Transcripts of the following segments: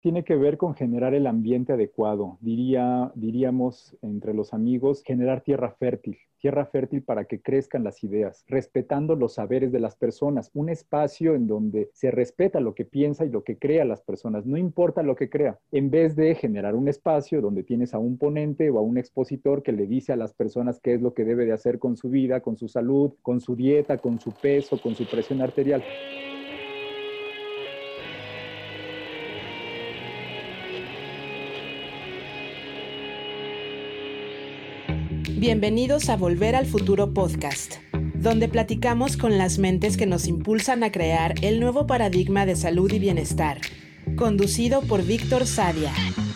tiene que ver con generar el ambiente adecuado. Diríamos entre los amigos, generar tierra fértil para que crezcan las ideas, respetando los saberes de las personas, un espacio en donde se respeta lo que piensa y lo que crea las personas, no importa lo que crea, en vez de generar un espacio donde tienes a un ponente o a un expositor que le dice a las personas qué es lo que debe de hacer con su vida, con su salud, con su dieta, con su peso, con su presión arterial. Bienvenidos a Volver al Futuro Podcast, donde platicamos con las mentes que nos impulsan a crear el nuevo paradigma de salud y bienestar, conducido por Víctor Sadia.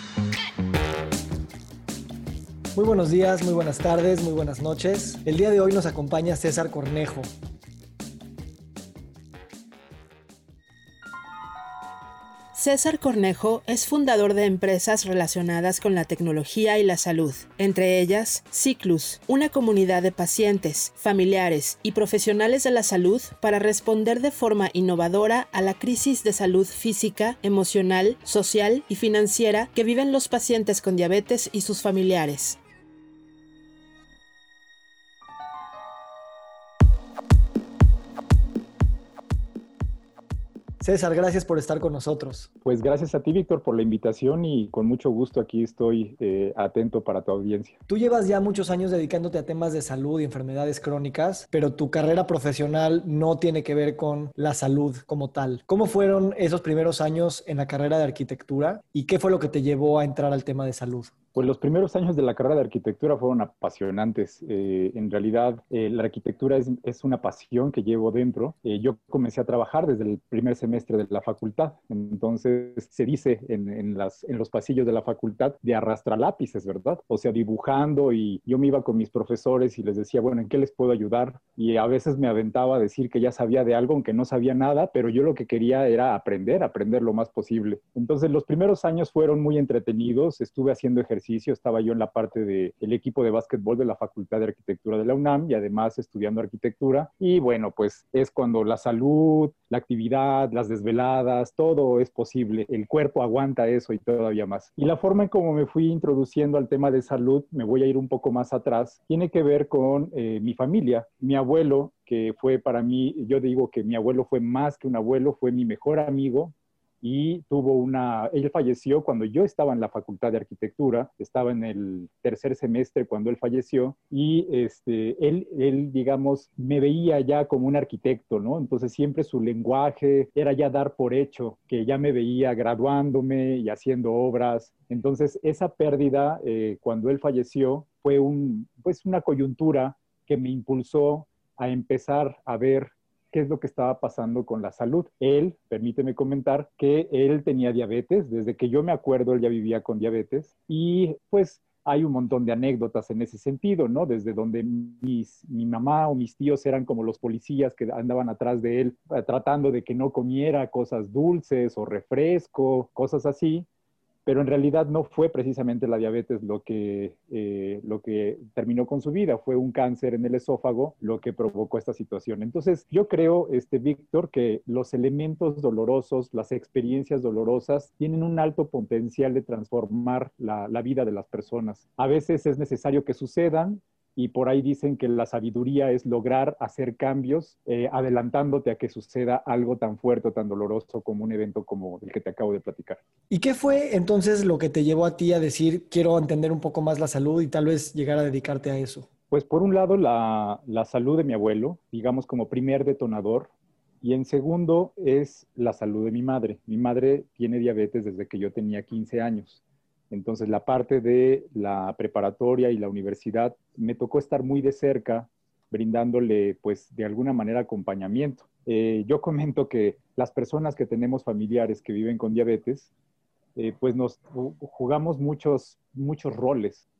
Muy buenos días, muy buenas tardes, muy buenas noches. El día de hoy nos acompaña César Cornejo. César Cornejo es fundador de empresas relacionadas con la tecnología y la salud, entre ellas Ciclus, una comunidad de pacientes, familiares y profesionales de la salud para responder de forma innovadora a la crisis de salud física, emocional, social y financiera que viven los pacientes con diabetes y sus familiares. César, gracias por estar con nosotros. Pues gracias a ti, Víctor, por la invitación y con mucho gusto aquí estoy atento para tu audiencia. Tú llevas ya muchos años dedicándote a temas de salud y enfermedades crónicas, pero tu carrera profesional no tiene que ver con la salud como tal. ¿Cómo fueron esos primeros años en la carrera de arquitectura y qué fue lo que te llevó a entrar al tema de salud? Pues los primeros años de la carrera de arquitectura fueron apasionantes. En realidad, la arquitectura es una pasión que llevo dentro. Yo comencé a trabajar desde el primer semestre de la facultad. Entonces, se dice en los pasillos de la facultad de arrastralápices, ¿verdad? O sea, dibujando, y yo me iba con mis profesores y les decía, bueno, ¿en qué les puedo ayudar? Y a veces me aventaba a decir que ya sabía de algo, aunque no sabía nada, pero yo lo que quería era aprender lo más posible. Entonces, los primeros años fueron muy entretenidos. Estuve haciendo ejercicio. Estaba yo en la parte del equipo de básquetbol de la Facultad de Arquitectura de la UNAM y además estudiando arquitectura. Y bueno, pues es cuando la salud, la actividad, las desveladas, todo es posible. El cuerpo aguanta eso y todavía más. Y la forma en cómo me fui introduciendo al tema de salud, me voy a ir un poco más atrás, tiene que ver con mi familia. Mi abuelo, que fue para mí, yo digo que mi abuelo fue más que un abuelo, fue mi mejor amigo. Y él falleció cuando yo estaba en la Facultad de Arquitectura, estaba en el tercer semestre cuando él falleció, y él, digamos, me veía ya como un arquitecto, ¿no? Entonces siempre su lenguaje era ya dar por hecho que ya me veía graduándome y haciendo obras. Entonces esa pérdida, cuando él falleció, fue pues una coyuntura que me impulsó a empezar a ver qué es lo que estaba pasando con la salud. Él, permíteme comentar, que él tenía diabetes, desde que yo me acuerdo él ya vivía con diabetes, y pues hay un montón de anécdotas en ese sentido, ¿no? Desde donde mi mamá o mis tíos eran como los policías que andaban atrás de él, tratando de que no comiera cosas dulces o refresco, cosas así. Pero en realidad no fue precisamente la diabetes lo que terminó con su vida, fue un cáncer en el esófago lo que provocó esta situación. Entonces, yo creo, Víctor, que los elementos dolorosos, las experiencias dolorosas, tienen un alto potencial de transformar la vida de las personas. A veces es necesario que sucedan, y por ahí dicen que la sabiduría es lograr hacer cambios adelantándote a que suceda algo tan fuerte o tan doloroso como un evento como el que te acabo de platicar. ¿Y qué fue entonces lo que te llevó a ti a decir, quiero entender un poco más la salud y tal vez llegar a dedicarte a eso? Pues por un lado la salud de mi abuelo, digamos como primer detonador, y en segundo es la salud de mi madre. Mi madre tiene diabetes desde que yo tenía 15 años. Entonces la parte de la preparatoria y la universidad me tocó estar muy de cerca, brindándole pues de alguna manera acompañamiento. Yo comento que las personas que tenemos familiares que viven con diabetes, pues nos jugamos muchos roles.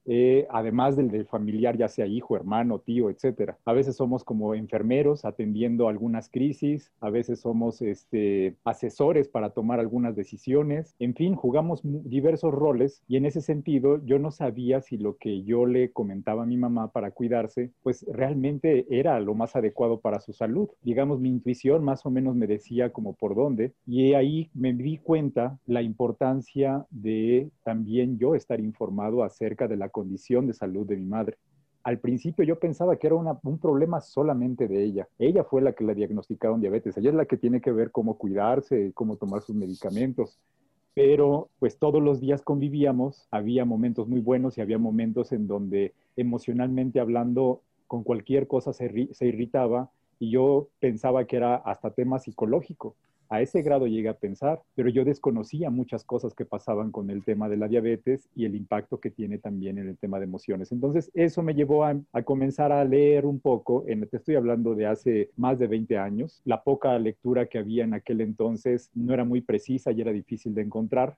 además del familiar, ya sea hijo, hermano, tío, etcétera. A veces somos como enfermeros atendiendo algunas crisis, a veces somos asesores para tomar algunas decisiones. En fin, jugamos diversos roles y en ese sentido yo no sabía si lo que yo le comentaba a mi mamá para cuidarse, pues realmente era lo más adecuado para su salud. Digamos, mi intuición más o menos me decía como por dónde, y ahí me di cuenta la importancia de también yo estar informado acerca de la condición de salud de mi madre. Al principio yo pensaba que era un problema solamente de ella. Ella fue la que le diagnosticaron diabetes. Ella es la que tiene que ver cómo cuidarse, cómo tomar sus medicamentos. Pero pues todos los días convivíamos, había momentos muy buenos y había momentos en donde emocionalmente hablando con cualquier cosa se irritaba y yo pensaba que era hasta tema psicológico. A ese grado llegué a pensar, pero yo desconocía muchas cosas que pasaban con el tema de la diabetes y el impacto que tiene también en el tema de emociones. Entonces, eso me llevó a comenzar a leer un poco, te estoy hablando de hace más de 20 años. La poca lectura que había en aquel entonces no era muy precisa y era difícil de encontrar.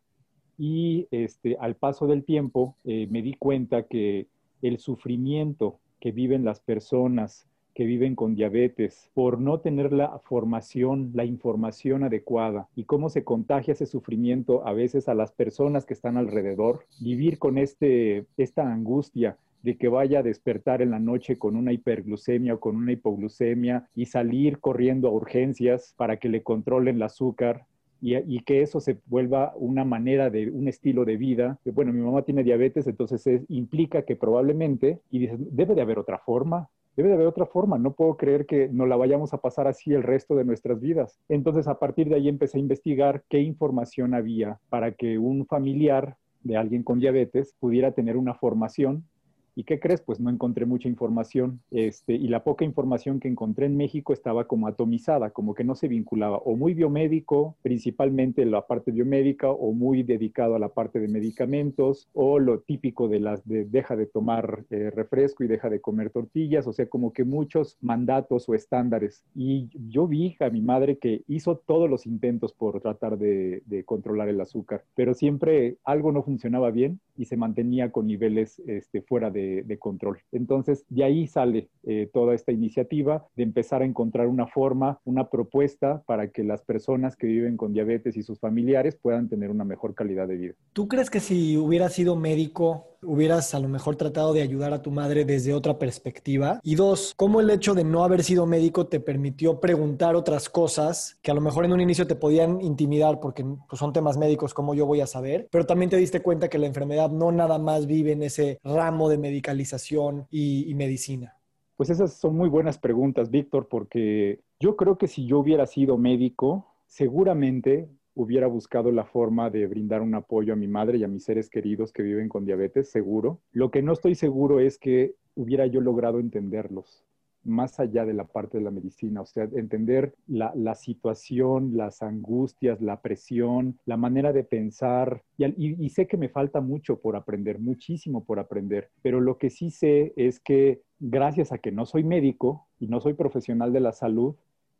Y al paso del tiempo me di cuenta que el sufrimiento que viven las personas que viven con diabetes por no tener la formación, la información adecuada y cómo se contagia ese sufrimiento a veces a las personas que están alrededor, vivir con esta angustia de que vaya a despertar en la noche con una hiperglucemia o con una hipoglucemia y salir corriendo a urgencias para que le controlen el azúcar, y que eso se vuelva una manera de un estilo de vida. Bueno, mi mamá tiene diabetes, entonces implica que probablemente, y dices, debe de haber otra forma. Debe de haber otra forma, no puedo creer que nos la vayamos a pasar así el resto de nuestras vidas. Entonces, a partir de ahí empecé a investigar qué información había para que un familiar de alguien con diabetes pudiera tener una formación. ¿Y qué crees? Pues no encontré mucha información. Y la poca información que encontré en México estaba como atomizada, como que no se vinculaba, o muy biomédico, principalmente la parte biomédica, o muy dedicado a la parte de medicamentos, o lo típico de deja de tomar refresco y deja de comer tortillas, o sea, como que muchos mandatos o estándares. Y yo vi a mi madre que hizo todos los intentos por tratar de controlar el azúcar, pero siempre algo no funcionaba bien y se mantenía con niveles fuera de control. Entonces, de ahí sale toda esta iniciativa de empezar a encontrar una forma, una propuesta para que las personas que viven con diabetes y sus familiares puedan tener una mejor calidad de vida. ¿Tú crees que si hubieras sido médico, hubieras a lo mejor tratado de ayudar a tu madre desde otra perspectiva? Y dos, ¿cómo el hecho de no haber sido médico te permitió preguntar otras cosas que a lo mejor en un inicio te podían intimidar porque pues, son temas médicos, como yo voy a saber, pero también te diste cuenta que la enfermedad no nada más vive en ese ramo de medicalización y medicina? Pues esas son muy buenas preguntas, Víctor, porque yo creo que si yo hubiera sido médico, seguramente hubiera buscado la forma de brindar un apoyo a mi madre y a mis seres queridos que viven con diabetes, seguro. Lo que no estoy seguro es que hubiera yo logrado entenderlos más allá de la parte de la medicina, o sea, entender la situación, las angustias, la presión, la manera de pensar, y sé que me falta mucho por aprender, muchísimo por aprender, pero lo que sí sé es que gracias a que no soy médico y no soy profesional de la salud,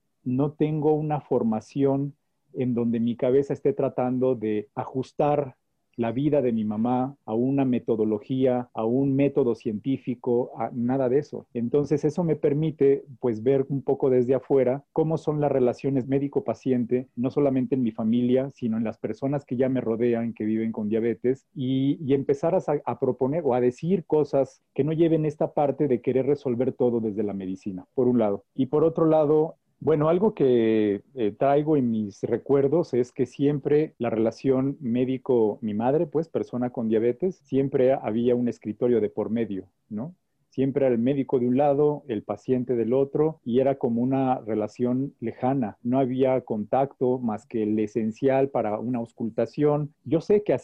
no tengo una formación en donde mi cabeza esté tratando de ajustar la vida de mi mamá a una metodología, a un método científico, a nada de eso. Entonces eso me permite pues ver un poco desde afuera cómo son las relaciones médico-paciente, no solamente en mi familia, sino en las personas que ya me rodean, que viven con diabetes, y empezar a proponer o a decir cosas que no lleven esta parte de querer resolver todo desde la medicina, por un lado. Y por otro lado, bueno, algo que traigo en mis recuerdos es que siempre la relación médico, mi madre, pues persona con diabetes, siempre había un escritorio de por medio, ¿no? Siempre era el médico de un lado, el paciente del otro, y era como una relación lejana. No había contacto más que el esencial para una auscultación. Yo sé que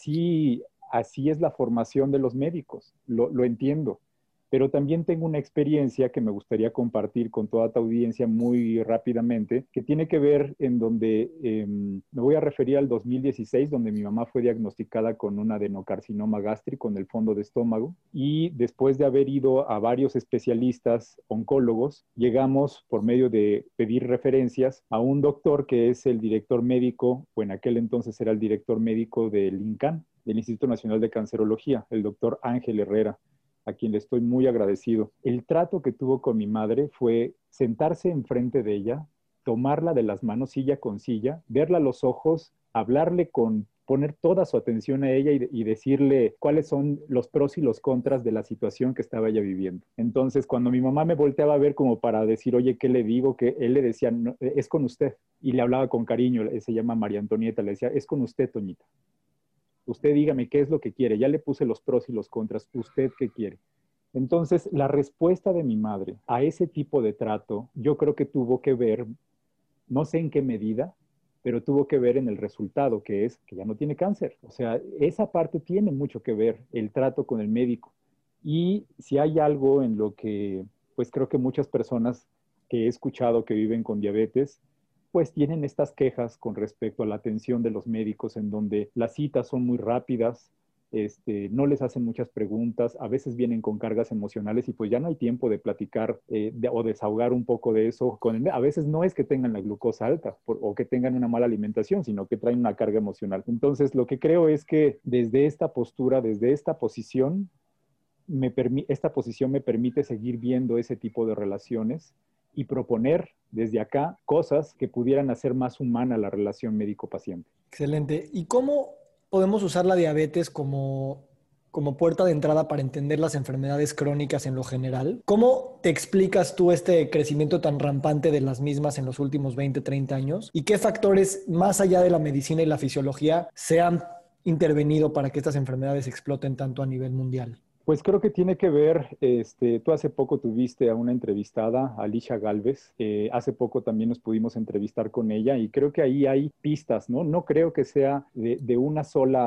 así es la formación de los médicos, lo entiendo, pero también tengo una experiencia que me gustaría compartir con toda tu audiencia muy rápidamente, que tiene que ver en donde me voy a referir al 2016, donde mi mamá fue diagnosticada con un adenocarcinoma gástrico en el fondo de estómago, y después de haber ido a varios especialistas oncólogos, llegamos por medio de pedir referencias a un doctor que es el director médico, o en aquel entonces era el director médico del INCAN, del Instituto Nacional de Cancerología, el doctor Ángel Herrera, a quien le estoy muy agradecido. El trato que tuvo con mi madre fue sentarse enfrente de ella, tomarla de las manos silla con silla, verla a los ojos, hablarle con poner toda su atención a ella y decirle cuáles son los pros y los contras de la situación que estaba ella viviendo. Entonces, cuando mi mamá me volteaba a ver como para decir, oye, ¿qué le digo? Que él le decía, no, es con usted. Y le hablaba con cariño, se llama María Antonieta, le decía, es con usted, Toñita. Usted dígame qué es lo que quiere. Ya le puse los pros y los contras. ¿Usted qué quiere? Entonces, la respuesta de mi madre a ese tipo de trato, yo creo que tuvo que ver, no sé en qué medida, pero tuvo que ver en el resultado, que es que ya no tiene cáncer. O sea, esa parte tiene mucho que ver, el trato con el médico. Y si hay algo en lo que, pues creo que muchas personas que he escuchado que viven con diabetes, pues tienen estas quejas con respecto a la atención de los médicos, en donde las citas son muy rápidas, no les hacen muchas preguntas, a veces vienen con cargas emocionales y pues ya no hay tiempo de platicar o desahogar un poco de eso. A veces no es que tengan la glucosa alta o que tengan una mala alimentación, sino que traen una carga emocional. Entonces, lo que creo es que desde esta postura, desde esta posición, esta posición me permite seguir viendo ese tipo de relaciones y proponer desde acá cosas que pudieran hacer más humana la relación médico-paciente. Excelente. ¿Y cómo podemos usar la diabetes como puerta de entrada para entender las enfermedades crónicas en lo general? ¿Cómo te explicas tú este crecimiento tan rampante de las mismas en los últimos 20, 30 años? ¿Y qué factores, más allá de la medicina y la fisiología, se han intervenido para que estas enfermedades exploten tanto a nivel mundial? Pues creo que tiene que ver, tú hace poco tuviste a una entrevistada, Alicia Galvez, hace poco también nos pudimos entrevistar con ella y creo que ahí hay pistas, ¿no? No creo que sea de un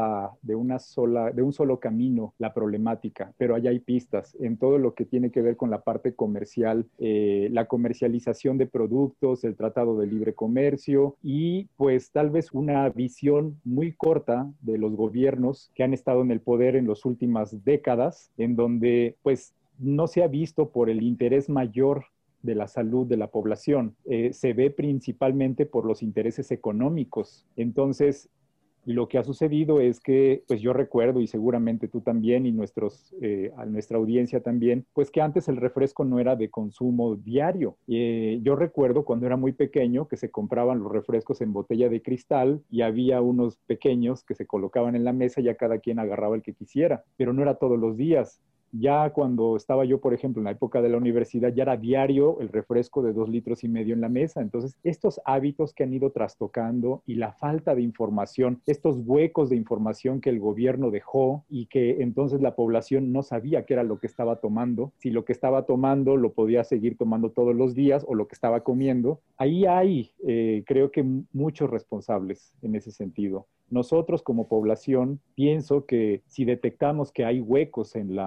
solo camino la problemática, pero ahí hay pistas en todo lo que tiene que ver con la parte comercial, la comercialización de productos, el tratado de libre comercio y pues tal vez una visión muy corta de los gobiernos que han estado en el poder en las últimas décadas, en donde pues no se ha visto por el interés mayor de la salud de la población. Se ve principalmente por los intereses económicos. Entonces, lo que ha sucedido es que, pues yo recuerdo, y seguramente tú también, y a nuestra audiencia también, pues que antes el refresco no era de consumo diario. Yo recuerdo cuando era muy pequeño que se compraban los refrescos en botella de cristal y había unos pequeños que se colocaban en la mesa y ya cada quien agarraba el que quisiera, pero no era todos los días. Ya cuando estaba yo, por ejemplo, en la época de la universidad, ya era diario el refresco de 2,5 litros en la mesa. Entonces, estos hábitos que han ido trastocando y la falta de información, estos huecos de información que el gobierno dejó y que entonces la población no sabía qué era lo que estaba tomando, si lo que estaba tomando lo podía seguir tomando todos los días o lo que estaba comiendo. Ahí hay, creo que muchos responsables en ese sentido. Nosotros como población, pienso que si detectamos que hay huecos en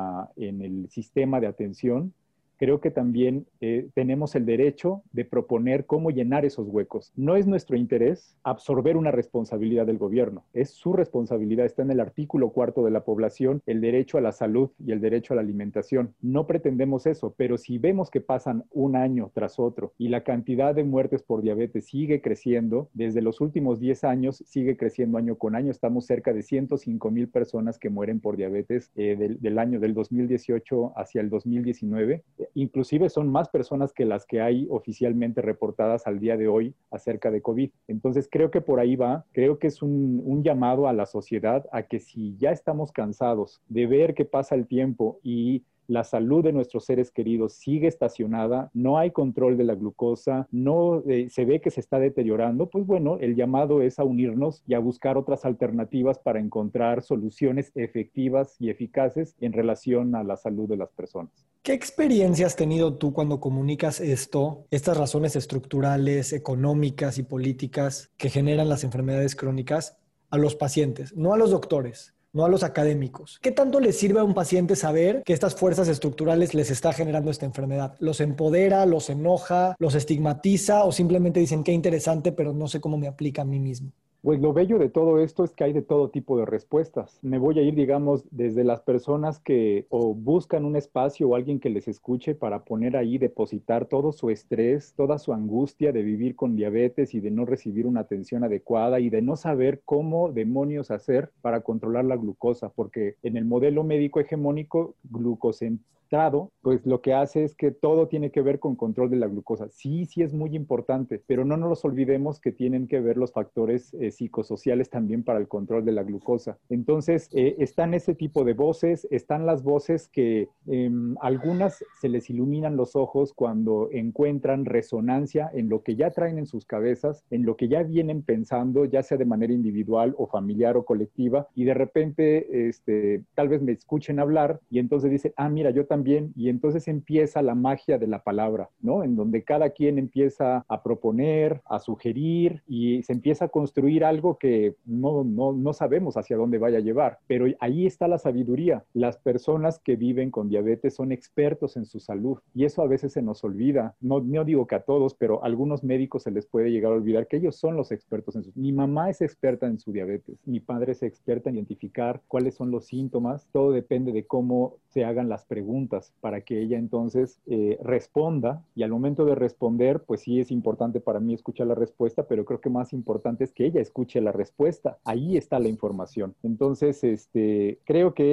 el sistema de atención, creo que también tenemos el derecho de proponer cómo llenar esos huecos. No es nuestro interés absorber una responsabilidad del gobierno, es su responsabilidad, está en el artículo 4 de la población, el derecho a la salud y el derecho a la alimentación. No pretendemos eso, pero si vemos que pasan un año tras otro y la cantidad de muertes por diabetes sigue creciendo, desde los últimos 10 años sigue creciendo año con año, estamos cerca de 105,000 personas que mueren por diabetes del año del 2018 hacia el 2019. Inclusive son más personas que las que hay oficialmente reportadas al día de hoy acerca de COVID. Entonces creo que por ahí va, creo que es un llamado a la sociedad a que si ya estamos cansados de ver que pasa el tiempo y la salud de nuestros seres queridos sigue estacionada, no hay control de la glucosa, no se ve que se está deteriorando, pues bueno, el llamado es a unirnos y a buscar otras alternativas para encontrar soluciones efectivas y eficaces en relación a la salud de las personas. ¿Qué experiencia has tenido tú cuando comunicas estas razones estructurales, económicas y políticas que generan las enfermedades crónicas a los pacientes, no a los doctores? No a los académicos. ¿Qué tanto les sirve a un paciente saber que estas fuerzas estructurales les está generando esta enfermedad? ¿Los empodera, los enoja, los estigmatiza o simplemente dicen qué interesante, pero no sé cómo me aplica a mí mismo? Pues lo bello de todo esto es que hay de todo tipo de respuestas. Me voy a ir, digamos, desde las personas que o buscan un espacio o alguien que les escuche para poner ahí, depositar todo su estrés, toda su angustia de vivir con diabetes y de no recibir una atención adecuada y de no saber cómo demonios hacer para controlar la glucosa, porque en el modelo médico hegemónico, glucocentrado, pues lo que hace es que todo tiene que ver con control de la glucosa. Sí, sí es muy importante, pero no nos olvidemos que tienen que ver los factores psicosociales también para el control de la glucosa. Entonces, están ese tipo de voces, están las voces que algunas se les iluminan los ojos cuando encuentran resonancia en lo que ya traen en sus cabezas, en lo que ya vienen pensando, ya sea de manera individual o familiar o colectiva, y de repente tal vez me escuchen hablar y entonces dicen, ah, mira, yo también, y entonces empieza la magia de la palabra, ¿no? En donde cada quien empieza a proponer, a sugerir y se empieza a construir algo que no sabemos hacia dónde vaya a llevar, pero ahí está la sabiduría. Las personas que viven con diabetes son expertos en su salud y eso a veces se nos olvida. No digo que a todos, pero a algunos médicos se les puede llegar a olvidar que ellos son los expertos en su... Mi mamá es experta en su diabetes, mi padre es experta en identificar cuáles son los síntomas, todo depende de cómo se hagan las preguntas para que ella entonces responda y al momento de responder, pues sí es importante para mí escuchar la respuesta, pero creo que más importante es que ella escuche la respuesta. Ahí está la información. Entonces, creo que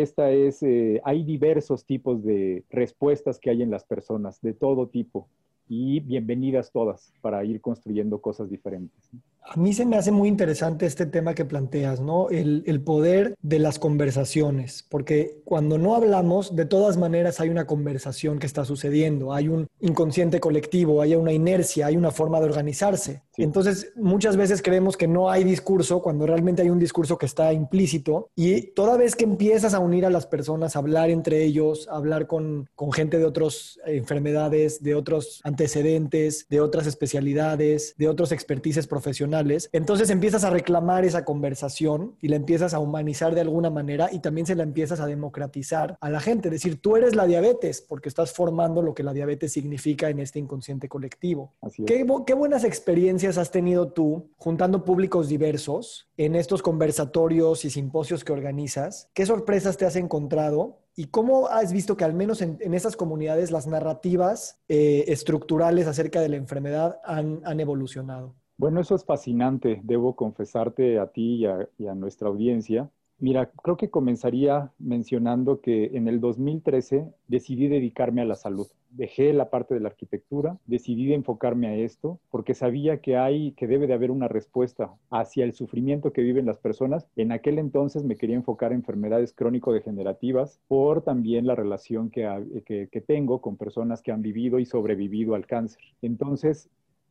hay diversos tipos de respuestas que hay en las personas, de todo tipo. Y bienvenidas todas para ir construyendo cosas diferentes. A mí se me hace muy interesante este tema que planteas, ¿no? El poder de las conversaciones, porque cuando no hablamos, de todas maneras hay una conversación que está sucediendo, hay un inconsciente colectivo, hay una inercia, hay una forma de organizarse. Sí. Entonces, muchas veces creemos que no hay discurso cuando realmente hay un discurso que está implícito y toda vez que empiezas a unir a las personas, a hablar entre ellos, a hablar con gente de otras enfermedades, de otros antecedentes, de otras especialidades, de otros expertices profesionales, entonces empiezas a reclamar esa conversación y la empiezas a humanizar de alguna manera y también se la empiezas a democratizar a la gente. Es decir, tú eres la diabetes porque estás formando lo que la diabetes significa en este inconsciente colectivo. Así es. ¿Qué buenas experiencias has tenido tú juntando públicos diversos en estos conversatorios y simposios que organizas? ¿Qué sorpresas te has encontrado? ¿Y cómo has visto que al menos en esas comunidades las narrativas estructurales acerca de la enfermedad han evolucionado? Bueno, eso es fascinante, debo confesarte a ti y a nuestra audiencia. Mira, creo que comenzaría mencionando que en el 2013 decidí dedicarme a la salud. Dejé la parte de la arquitectura, decidí enfocarme a esto porque sabía que debe de haber una respuesta hacia el sufrimiento que viven las personas. En aquel entonces me quería enfocar en enfermedades crónico-degenerativas por también la relación que tengo con personas que han vivido y sobrevivido al cáncer. Entonces,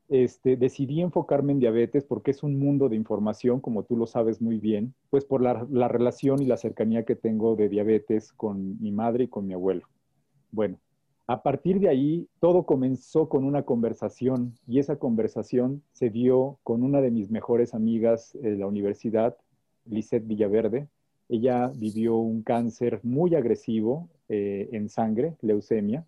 decidí enfocarme en diabetes porque es un mundo de información, como tú lo sabes muy bien, pues por la relación y la cercanía que tengo de diabetes con mi madre y con mi abuelo. Bueno, a partir de ahí, todo comenzó con una conversación y esa conversación se dio con una de mis mejores amigas de la universidad, Lisette Villaverde. Ella vivió un cáncer muy agresivo en sangre, leucemia.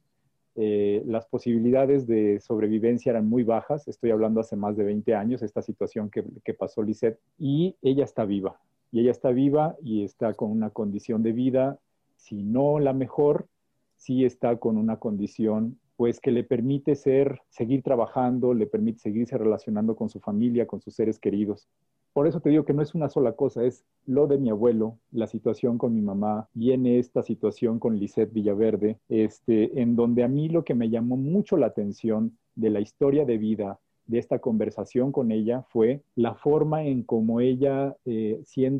Las posibilidades de sobrevivencia eran muy bajas. Estoy hablando hace más de 20 años, esta situación que pasó Lisette. Y ella está viva. Y ella está viva y está con una condición de vida, si no la mejor, sí está con una condición pues que le permite seguir trabajando, le permite seguirse relacionando con su familia, con sus seres queridos. Por eso te digo que no es una sola cosa, es lo de mi abuelo, la situación con mi mamá, viene esta situación con Lisette Villaverde, en donde a mí lo que me llamó mucho la atención de la historia de vida de esta conversación con ella fue la forma en cómo ella, siendo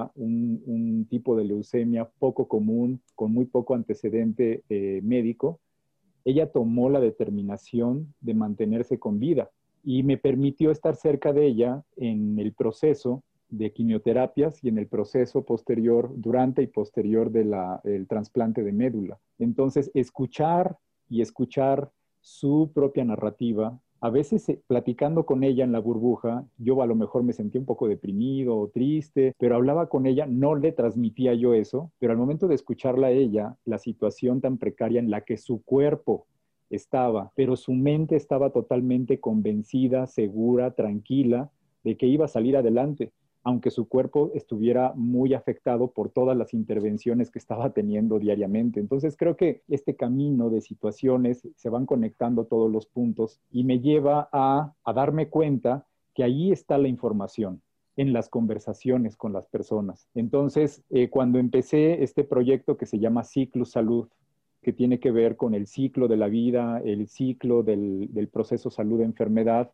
un tipo de leucemia poco común, con muy poco antecedente médico, ella tomó la determinación de mantenerse con vida y me permitió estar cerca de ella en el proceso de quimioterapias y en el proceso posterior, durante y posterior del trasplante de médula. Entonces, escuchar y escuchar su propia narrativa. A veces platicando con ella en la burbuja, yo a lo mejor me sentía un poco deprimido o triste, pero hablaba con ella, no le transmitía yo eso, pero al momento de escucharla a ella, la situación tan precaria en la que su cuerpo estaba, pero su mente estaba totalmente convencida, segura, tranquila de que iba a salir adelante. aunque su cuerpo estuviera muy afectado por todas las intervenciones que estaba teniendo diariamente. Entonces creo que este camino de situaciones se van conectando todos los puntos y me lleva a darme cuenta que ahí está la información en las conversaciones con las personas. Entonces, cuando empecé este proyecto que se llama Ciclus Salud, que tiene que ver con el ciclo de la vida, el ciclo del proceso salud-enfermedad.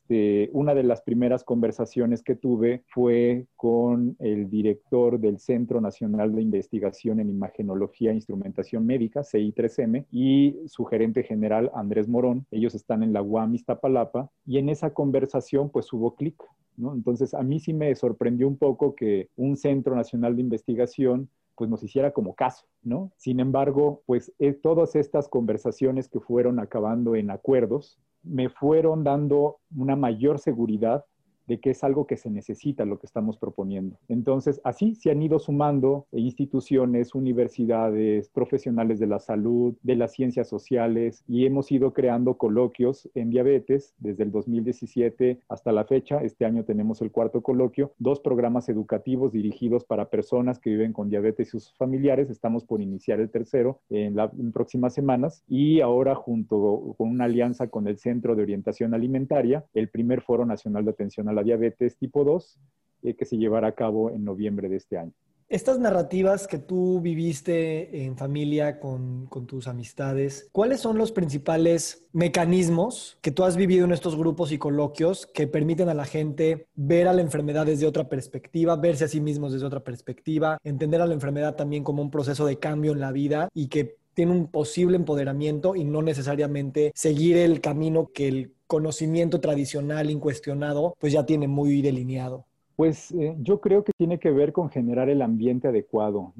Una de las primeras conversaciones que tuve fue con el director del Centro Nacional de Investigación en Imagenología e Instrumentación Médica, CI3M, y su gerente general, Andrés Morón. Ellos están en la UAM Iztapalapa, y en esa conversación pues hubo clic, ¿no? Entonces a mí sí me sorprendió un poco que un Centro Nacional de Investigación pues nos hiciera como caso, ¿no? Sin embargo, pues todas estas conversaciones que fueron acabando en acuerdos me fueron dando una mayor seguridad de que es algo que se necesita lo que estamos proponiendo. Entonces, así se han ido sumando instituciones, universidades, profesionales de la salud, de las ciencias sociales, y hemos ido creando coloquios en diabetes desde el 2017 hasta la fecha. Este año tenemos el 4º coloquio, 2 programas educativos dirigidos para personas que viven con diabetes y sus familiares. Estamos por iniciar el 3º en próximas semanas, y ahora junto con una alianza con el Centro de Orientación Alimentaria, el primer Foro Nacional de Atención a la Diabetes tipo 2, que se llevará a cabo en noviembre de este año. Estas narrativas que tú viviste en familia con tus amistades, ¿cuáles son los principales mecanismos que tú has vivido en estos grupos y coloquios que permiten a la gente ver a la enfermedad desde otra perspectiva, verse a sí mismos desde otra perspectiva, entender a la enfermedad también como un proceso de cambio en la vida y que tiene un posible empoderamiento y no necesariamente seguir el camino que el conocimiento tradicional incuestionado pues ya tiene muy delineado? Pues yo creo que tiene que ver con generar el ambiente adecuado.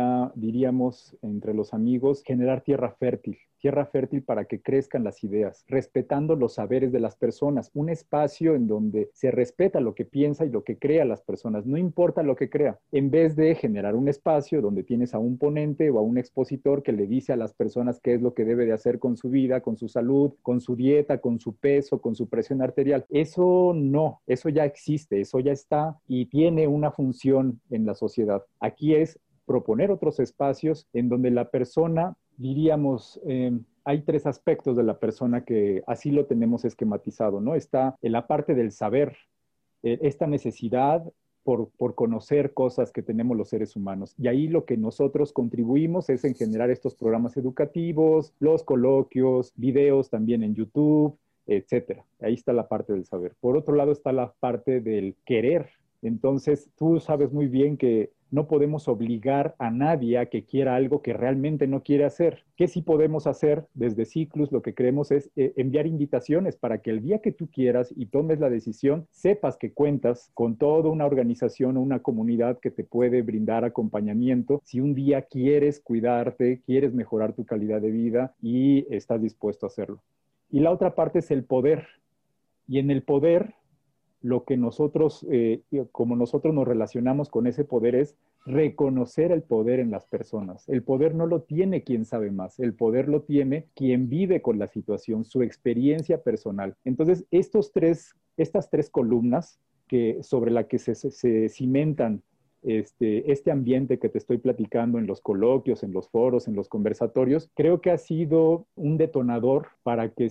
Diríamos entre los amigos, generar tierra fértil para que crezcan las ideas, respetando los saberes de las personas, un espacio en donde se respeta lo que piensa y lo que crea las personas, no importa lo que crea, en vez de generar un espacio donde tienes a un ponente o a un expositor que le dice a las personas qué es lo que debe de hacer con su vida, con su salud, con su dieta, con su peso, con su presión arterial. Eso no, eso ya existe, eso ya está y tiene una función en la sociedad. Aquí es proponer otros espacios en donde la persona, diríamos, hay 3 aspectos de la persona que así lo tenemos esquematizado, ¿no? Está en la parte del saber, esta necesidad por conocer cosas que tenemos los seres humanos. Y ahí lo que nosotros contribuimos es en generar estos programas educativos, los coloquios, videos también en YouTube, etcétera. Ahí está la parte del saber. Por otro lado está la parte del querer. Entonces, tú sabes muy bien que no podemos obligar a nadie a que quiera algo que realmente no quiere hacer. ¿Qué sí podemos hacer? Desde Ciclus lo que queremos es enviar invitaciones para que el día que tú quieras y tomes la decisión, sepas que cuentas con toda una organización o una comunidad que te puede brindar acompañamiento si un día quieres cuidarte, quieres mejorar tu calidad de vida y estás dispuesto a hacerlo. Y la otra parte es el poder. Y en el poder, lo que nosotros, como nosotros nos relacionamos con ese poder es reconocer el poder en las personas. El poder no lo tiene quien sabe más, el poder lo tiene quien vive con la situación, su experiencia personal. Entonces, estas tres columnas sobre las que se cimentan este ambiente que te estoy platicando en los coloquios, en los foros, en los conversatorios, creo que ha sido un detonador para que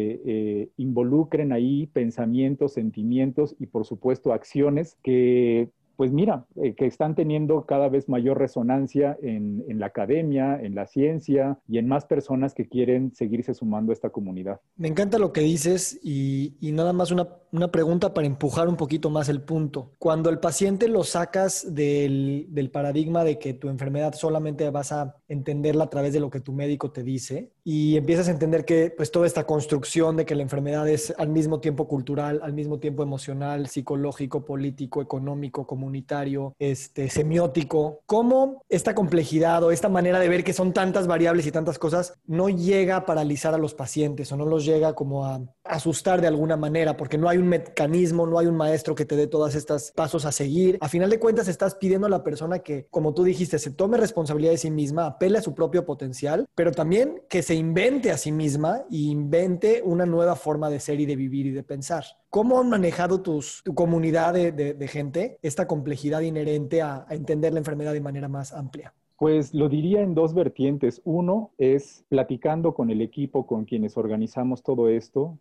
se involucren ahí pensamientos, sentimientos y por supuesto acciones que pues mira, que están teniendo cada vez mayor resonancia en la academia, en la ciencia y en más personas que quieren seguirse sumando a esta comunidad. Me encanta lo que dices y nada más una pregunta para empujar un poquito más el punto. Cuando el paciente lo sacas del paradigma de que tu enfermedad solamente vas a entenderla a través de lo que tu médico te dice y empiezas a entender que pues toda esta construcción de que la enfermedad es al mismo tiempo cultural, al mismo tiempo emocional, psicológico, político, económico, comunitario, semiótico, ¿cómo esta complejidad o esta manera de ver que son tantas variables y tantas cosas no llega a paralizar a los pacientes o no los llega como a asustar de alguna manera porque no hay un mecanismo, no hay un maestro que te dé todos estos pasos a seguir. A final de cuentas, estás pidiendo a la persona que, como tú dijiste, se tome responsabilidad de sí misma, apele a su propio potencial, pero también que se invente a sí misma y invente una nueva forma de ser y de vivir y de pensar. ¿Cómo han manejado tu comunidad de gente esta complejidad inherente a entender la enfermedad de manera más amplia? Pues lo diría en dos vertientes. Uno es platicando con el equipo con quienes organizamos todo esto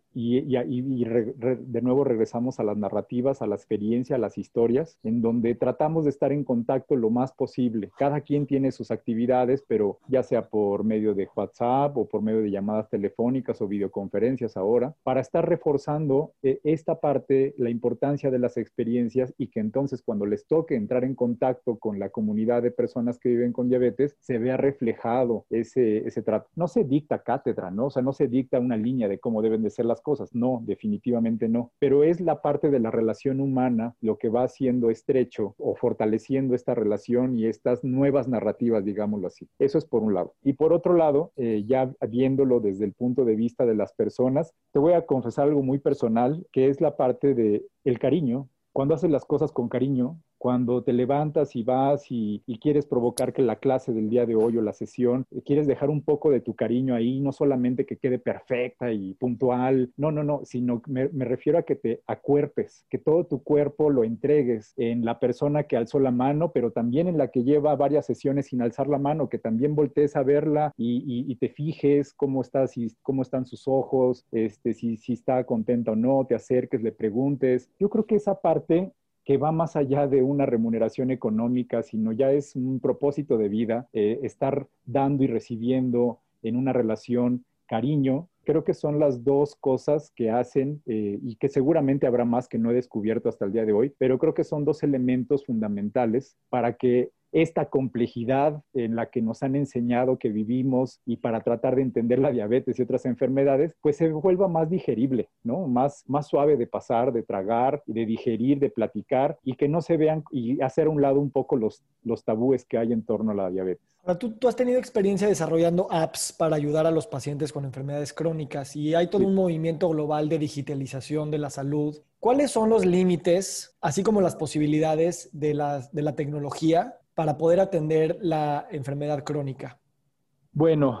de nuevo regresamos a las narrativas, a la experiencia, a las historias, en donde tratamos de estar en contacto lo más posible. Cada quien tiene sus actividades, pero ya sea por medio de WhatsApp o por medio de llamadas telefónicas o videoconferencias ahora, para estar reforzando esta parte, la importancia de las experiencias y que entonces cuando les toque entrar en contacto con la comunidad de personas que viven con diabetes, se vea reflejado ese trato. No se dicta cátedra, ¿no? O sea, no se dicta una línea de cómo deben de ser las cosas. No, definitivamente no. Pero es la parte de la relación humana lo que va haciendo estrecho o fortaleciendo esta relación y estas nuevas narrativas, digámoslo así. Eso es por un lado. Y por otro lado, ya viéndolo desde el punto de vista de las personas, te voy a confesar algo muy personal, que es la parte de el cariño. Cuando haces las cosas con cariño, cuando te levantas y vas y quieres provocar que la clase del día de hoy o la sesión, quieres dejar un poco de tu cariño ahí, no solamente que quede perfecta y puntual, no, sino me refiero a que te acuerpes, que todo tu cuerpo lo entregues en la persona que alzó la mano, pero también en la que lleva varias sesiones sin alzar la mano, que también voltees a verla y te fijes cómo está, cómo están sus ojos, si está contenta o no, te acerques, le preguntes. Yo creo que esa parte que va más allá de una remuneración económica, sino ya es un propósito de vida, estar dando y recibiendo en una relación cariño, creo que son las dos cosas que hacen y que seguramente habrá más que no he descubierto hasta el día de hoy, pero creo que son dos elementos fundamentales para que esta complejidad en la que nos han enseñado que vivimos y para tratar de entender la diabetes y otras enfermedades, pues se vuelva más digerible, ¿no? Más suave de pasar, de tragar, de digerir, de platicar y que no se vean y hacer a un lado un poco los tabúes que hay en torno a la diabetes. Ahora, tú has tenido experiencia desarrollando apps para ayudar a los pacientes con enfermedades crónicas y hay todo Sí. un movimiento global de digitalización de la salud. ¿Cuáles son los límites, así como las posibilidades de la tecnología para poder atender la enfermedad crónica? Bueno,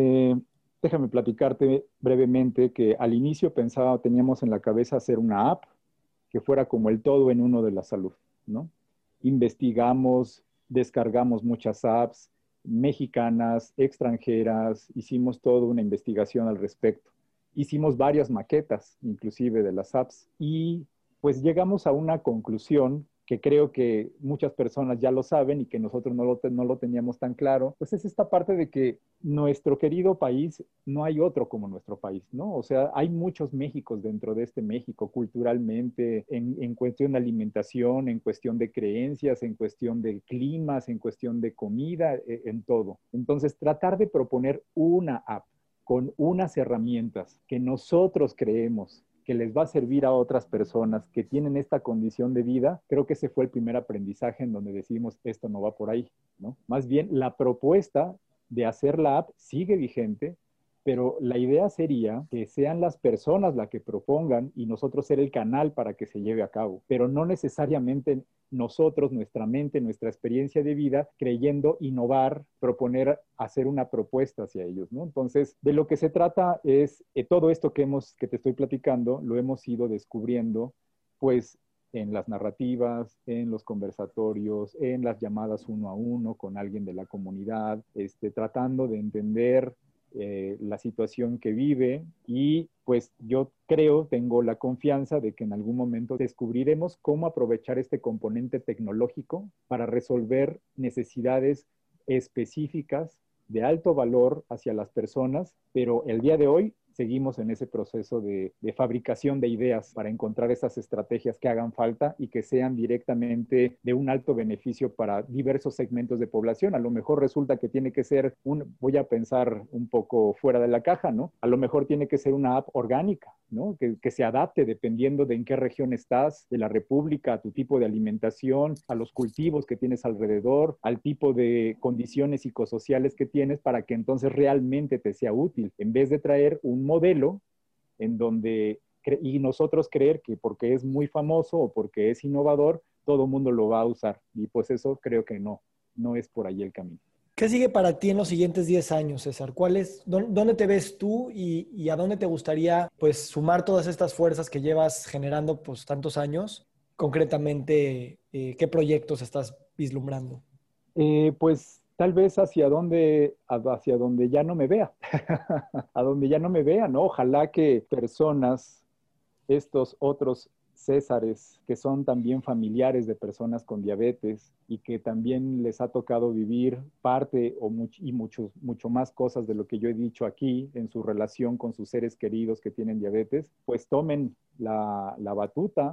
déjame platicarte brevemente que al inicio teníamos en la cabeza hacer una app que fuera como el todo en uno de la salud, ¿no? Investigamos, descargamos muchas apps mexicanas, extranjeras, hicimos toda una investigación al respecto. Hicimos varias maquetas, inclusive de las apps, y pues llegamos a una conclusión que creo que muchas personas ya lo saben y que nosotros no lo teníamos tan claro, pues es esta parte de que nuestro querido país, no hay otro como nuestro país, ¿no? O sea, hay muchos Méxicos dentro de este México, culturalmente, en cuestión de alimentación, en cuestión de creencias, en cuestión de climas, en cuestión de comida, en todo. Entonces, tratar de proponer una app con unas herramientas que nosotros creemos que les va a servir a otras personas que tienen esta condición de vida, creo que ese fue el primer aprendizaje en donde decimos, esto no va por ahí, ¿no? Más bien, la propuesta de hacer la app sigue vigente, pero la idea sería que sean las personas las que propongan y nosotros ser el canal para que se lleve a cabo, pero no necesariamente nosotros, nuestra mente, nuestra experiencia de vida, creyendo innovar, proponer, hacer una propuesta hacia ellos, ¿no? Entonces, de lo que se trata es todo esto que te estoy platicando, lo hemos ido descubriendo, pues, en las narrativas, en los conversatorios, en las llamadas uno a uno con alguien de la comunidad, tratando de entender la situación que vive y pues yo creo, tengo la confianza de que en algún momento descubriremos cómo aprovechar este componente tecnológico para resolver necesidades específicas de alto valor hacia las personas, pero el día de hoy seguimos en ese proceso de fabricación de ideas para encontrar esas estrategias que hagan falta y que sean directamente de un alto beneficio para diversos segmentos de población. A lo mejor resulta que tiene que ser voy a pensar un poco fuera de la caja, ¿no? A lo mejor tiene que ser una app orgánica, ¿no? Que se adapte dependiendo de en qué región estás, de la república, a tu tipo de alimentación, a los cultivos que tienes alrededor, al tipo de condiciones psicosociales que tienes para que entonces realmente te sea útil, en vez de traer un modelo en donde y nosotros creer que porque es muy famoso o porque es innovador, todo el mundo lo va a usar. Y pues eso creo que no es por ahí el camino. ¿Qué sigue para ti en los siguientes 10 años, César? ¿Dónde te ves tú y a dónde te gustaría pues sumar todas estas fuerzas que llevas generando pues tantos años? Concretamente, ¿qué proyectos estás vislumbrando? Pues tal vez hacia donde ya no me vea, a donde ya no me vea, ¿no? Ojalá que personas, estos otros Césares, que son también familiares de personas con diabetes y que también les ha tocado vivir parte mucho más cosas de lo que yo he dicho aquí en su relación con sus seres queridos que tienen diabetes, pues tomen la batuta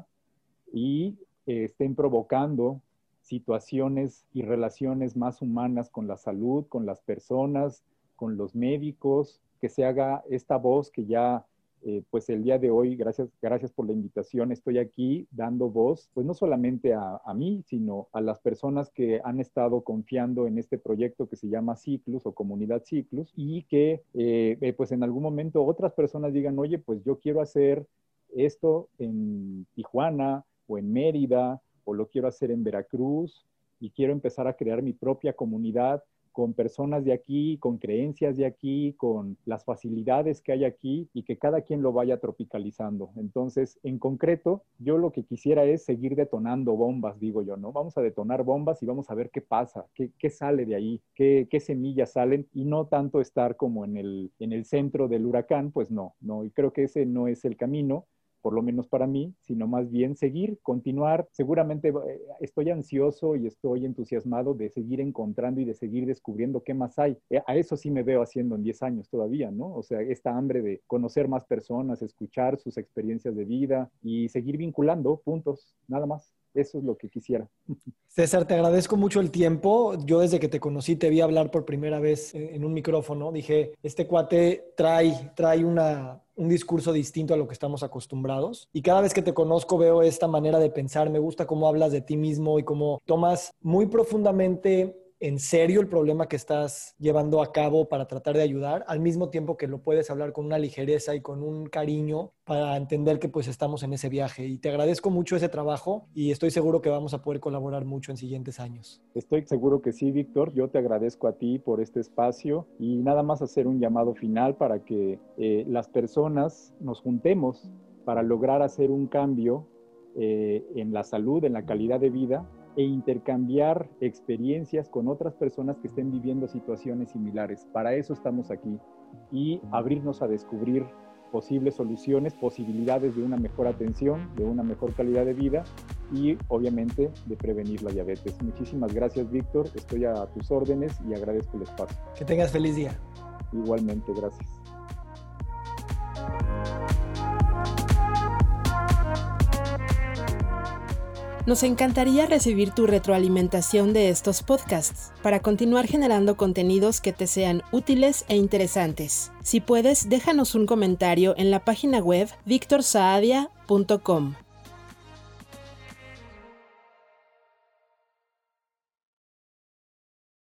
y estén provocando situaciones y relaciones más humanas con la salud, con las personas, con los médicos, que se haga esta voz que ya pues el día de hoy, gracias por la invitación, estoy aquí dando voz, pues no solamente a mí, sino a las personas que han estado confiando en este proyecto que se llama Ciclus o Comunidad Ciclus y que pues en algún momento otras personas digan, oye, pues yo quiero hacer esto en Tijuana o en Mérida o lo quiero hacer en Veracruz y quiero empezar a crear mi propia comunidad con personas de aquí, con creencias de aquí, con las facilidades que hay aquí y que cada quien lo vaya tropicalizando. Entonces, en concreto, yo lo que quisiera es seguir detonando bombas, digo yo, ¿no? Vamos a detonar bombas y vamos a ver qué pasa, qué sale de ahí, qué semillas salen y no tanto estar como en el centro del huracán, pues no, y creo que ese no es el camino, por lo menos para mí, sino más bien seguir, continuar. Seguramente estoy ansioso y estoy entusiasmado de seguir encontrando y de seguir descubriendo qué más hay. A eso sí me veo haciendo en 10 años todavía, ¿no? O sea, esta hambre de conocer más personas, escuchar sus experiencias de vida y seguir vinculando puntos, nada más. Eso es lo que quisiera. César, te agradezco mucho el tiempo. Yo desde que te conocí te vi hablar por primera vez en un micrófono. Dije, este cuate trae un discurso distinto a lo que estamos acostumbrados. Y cada vez que te conozco veo esta manera de pensar. Me gusta cómo hablas de ti mismo y cómo tomas muy profundamente en serio el problema que estás llevando a cabo para tratar de ayudar, al mismo tiempo que lo puedes hablar con una ligereza y con un cariño para entender que pues estamos en ese viaje. Y te agradezco mucho ese trabajo y estoy seguro que vamos a poder colaborar mucho en siguientes años. Estoy seguro que sí, Víctor. Yo te agradezco a ti por este espacio y nada más hacer un llamado final para que las personas nos juntemos para lograr hacer un cambio en la salud, en la calidad de vida e intercambiar experiencias con otras personas que estén viviendo situaciones similares. Para eso estamos aquí y abrirnos a descubrir posibles soluciones, posibilidades de una mejor atención, de una mejor calidad de vida y obviamente de prevenir la diabetes. Muchísimas gracias, Víctor. Estoy a tus órdenes y agradezco el espacio. Que tengas feliz día. Igualmente, gracias. Nos encantaría recibir tu retroalimentación de estos podcasts para continuar generando contenidos que te sean útiles e interesantes. Si puedes, déjanos un comentario en la página web victorsaadia.com.